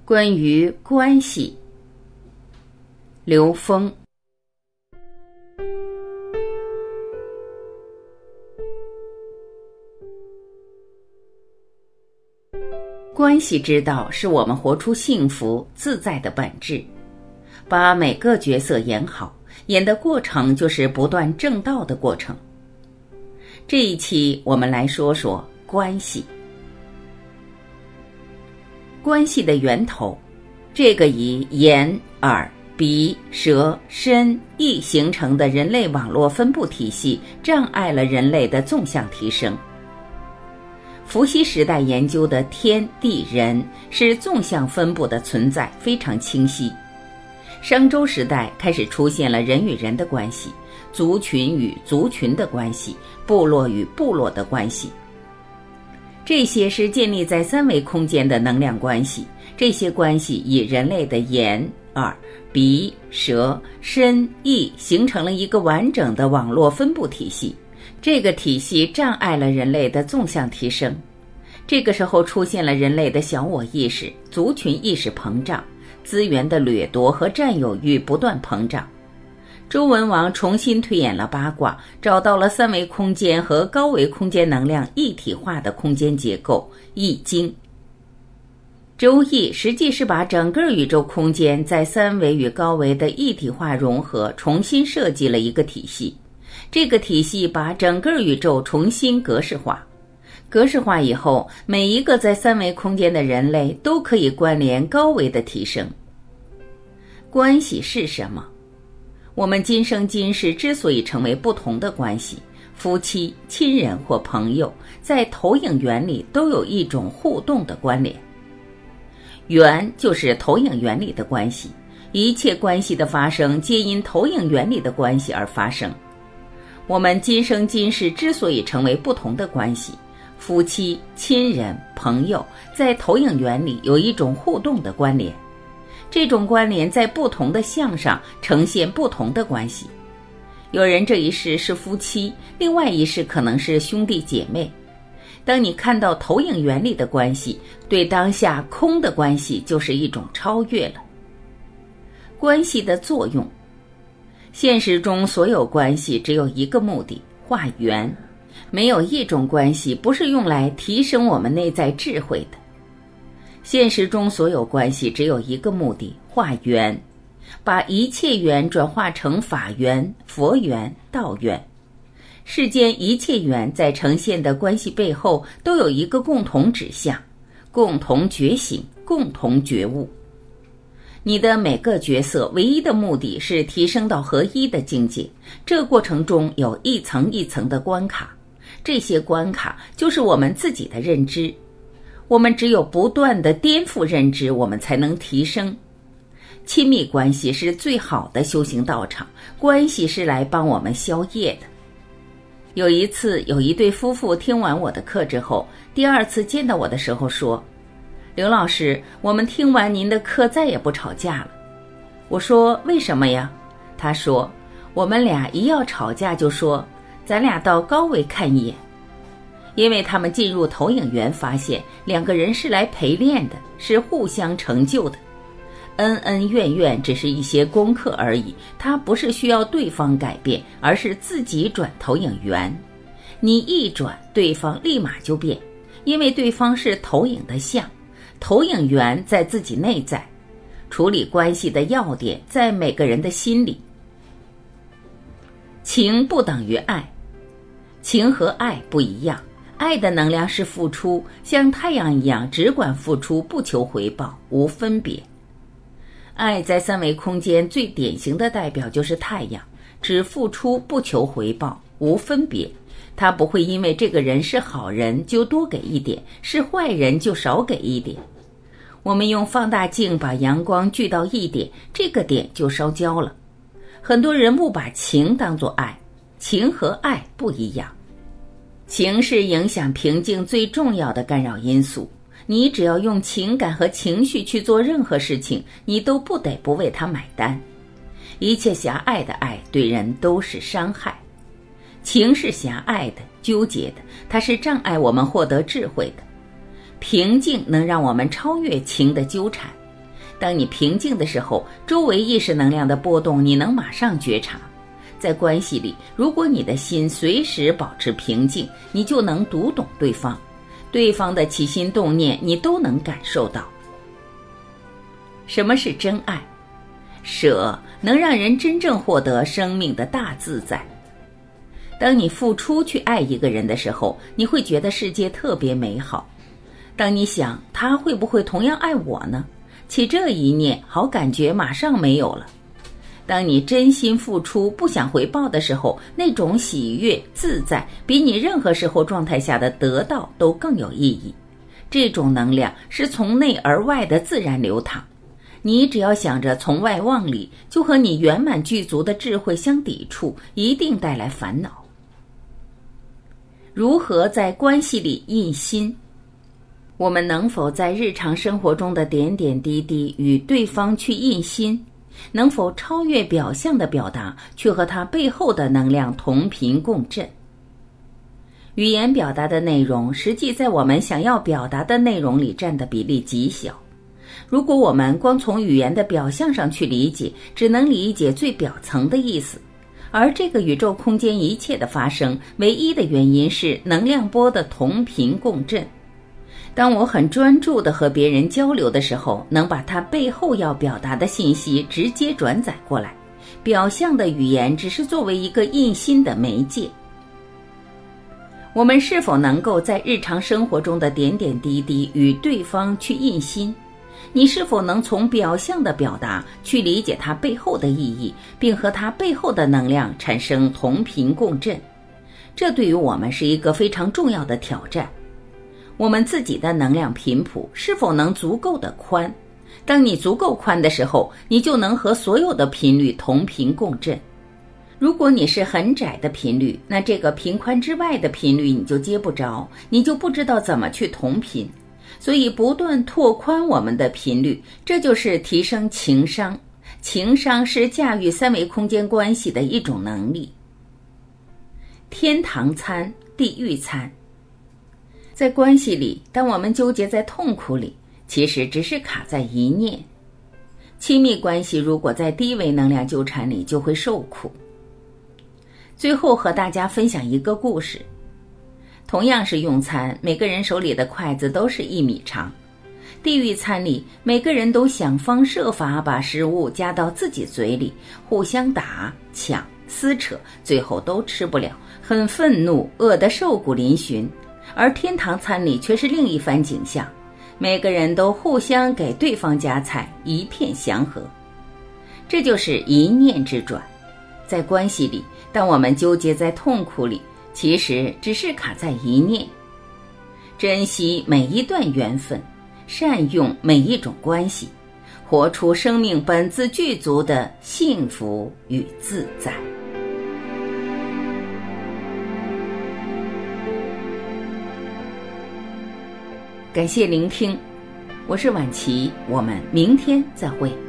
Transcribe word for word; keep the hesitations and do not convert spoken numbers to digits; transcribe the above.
关于关系，刘峰。关系之道是我们活出幸福自在的本质。把每个角色演好，演的过程就是不断正道的过程。这一期我们来说说关系。关系的源头，这个以眼、耳、鼻、舌、身、意形成的人类网络分布体系，障碍了人类的纵向提升。伏羲时代研究的天地人是纵向分布的存在，非常清晰。商周时代开始出现了人与人的关系，族群与族群的关系，部落与部落的关系。这些是建立在三维空间的能量关系，这些关系以人类的眼、耳、鼻、舌、身、意形成了一个完整的网络分布体系。这个体系障碍了人类的纵向提升。这个时候出现了人类的小我意识、族群意识膨胀，资源的掠夺和占有欲不断膨胀。周文王重新推演了八卦，找到了三维空间和高维空间能量一体化的空间结构易经。周易实际是把整个宇宙空间在三维与高维的一体化融合，重新设计了一个体系。这个体系把整个宇宙重新格式化。格式化以后，每一个在三维空间的人类都可以关联高维的提升。关系是什么？我们今生今世之所以成为不同的关系，夫妻、亲人或朋友，在投影原理都有一种互动的关联。缘就是投影原理的关系，一切关系的发生皆因投影原理的关系而发生。我们今生今世之所以成为不同的关系，夫妻、亲人、朋友，在投影原理有一种互动的关联。这种关联在不同的相上呈现不同的关系。有人这一世是夫妻，另外一世可能是兄弟姐妹。当你看到投影原理的关系，对当下空的关系就是一种超越了。关系的作用，现实中所有关系只有一个目的，化缘。没有一种关系不是用来提升我们内在智慧的。现实中所有关系只有一个目的，化缘，把一切缘转化成法缘、佛缘、道缘。世间一切缘在呈现的关系背后都有一个共同指向，共同觉醒，共同觉悟。你的每个角色唯一的目的是提升到合一的境界，这过程中有一层一层的关卡，这些关卡就是我们自己的认知。我们只有不断地颠覆认知，我们才能提升。亲密关系是最好的修行道场，关系是来帮我们消业的。有一次，有一对夫妇听完我的课之后，第二次见到我的时候说，刘老师，我们听完您的课再也不吵架了。我说为什么呀？他说我们俩一要吵架就说咱俩到高维看一眼。因为他们进入投影源发现两个人是来陪练的，是互相成就的。恩恩怨怨只是一些功课而已，它不是需要对方改变，而是自己转投影源。你一转，对方立马就变，因为对方是投影的像，投影源在自己内在。处理关系的要点在每个人的心里。情不等于爱，情和爱不一样。爱的能量是付出，像太阳一样只管付出，不求回报，无分别。爱在三维空间最典型的代表就是太阳，只付出不求回报，无分别。他不会因为这个人是好人就多给一点，是坏人就少给一点。我们用放大镜把阳光聚到一点，这个点就烧焦了。很多人误把情当作爱，情和爱不一样。情是影响平静最重要的干扰因素，你只要用情感和情绪去做任何事情，你都不得不为它买单。一切狭隘的爱对人都是伤害。情是狭隘的、纠结的，它是障碍我们获得智慧的。平静能让我们超越情的纠缠。 当你平静的时候，周围意识能量的波动你能马上觉察。在关系里，如果你的心随时保持平静，你就能读懂对方，对方的起心动念你都能感受到。什么是真爱？舍能让人真正获得生命的大自在。当你付出去爱一个人的时候，你会觉得世界特别美好。当你想他会不会同样爱我呢？起这一念，好感觉马上没有了。当你真心付出不想回报的时候，那种喜悦自在比你任何时候状态下的得到都更有意义。这种能量是从内而外的自然流淌，你只要想着从外往里，就和你圆满具足的智慧相抵触，一定带来烦恼。如何在关系里印心？我们能否在日常生活中的点点滴滴与对方去印心？能否超越表象的表达，去和它背后的能量同频共振？语言表达的内容，实际在我们想要表达的内容里占的比例极小。如果我们光从语言的表象上去理解，只能理解最表层的意思。而这个宇宙空间一切的发生，唯一的原因是能量波的同频共振。当我很专注地和别人交流的时候，能把他背后要表达的信息直接转载过来，表象的语言只是作为一个印心的媒介。我们是否能够在日常生活中的点点滴滴与对方去印心？你是否能从表象的表达去理解它背后的意义，并和它背后的能量产生同频共振？这对于我们是一个非常重要的挑战。我们自己的能量频谱是否能足够的宽？当你足够宽的时候，你就能和所有的频率同频共振。如果你是很窄的频率，那这个频宽之外的频率你就接不着，你就不知道怎么去同频。所以不断拓宽我们的频率，这就是提升情商。情商是驾驭三维空间关系的一种能力。天堂餐，地狱餐。在关系里，当我们纠结在痛苦里，其实只是卡在一念。亲密关系如果在低维能量纠缠里，就会受苦。最后和大家分享一个故事。同样是用餐，每个人手里的筷子都是一米长。地狱餐里，每个人都想方设法把食物夹到自己嘴里，互相打、抢、撕扯，最后都吃不了，很愤怒，饿得瘦骨嶙峋。而天堂餐里却是另一番景象，每个人都互相给对方夹菜，一片祥和。这就是一念之转。在关系里，当我们纠结在痛苦里，其实只是卡在一念。珍惜每一段缘分，善用每一种关系，活出生命本自具足的幸福与自在。感谢聆听，我是婉琪，我们明天再会。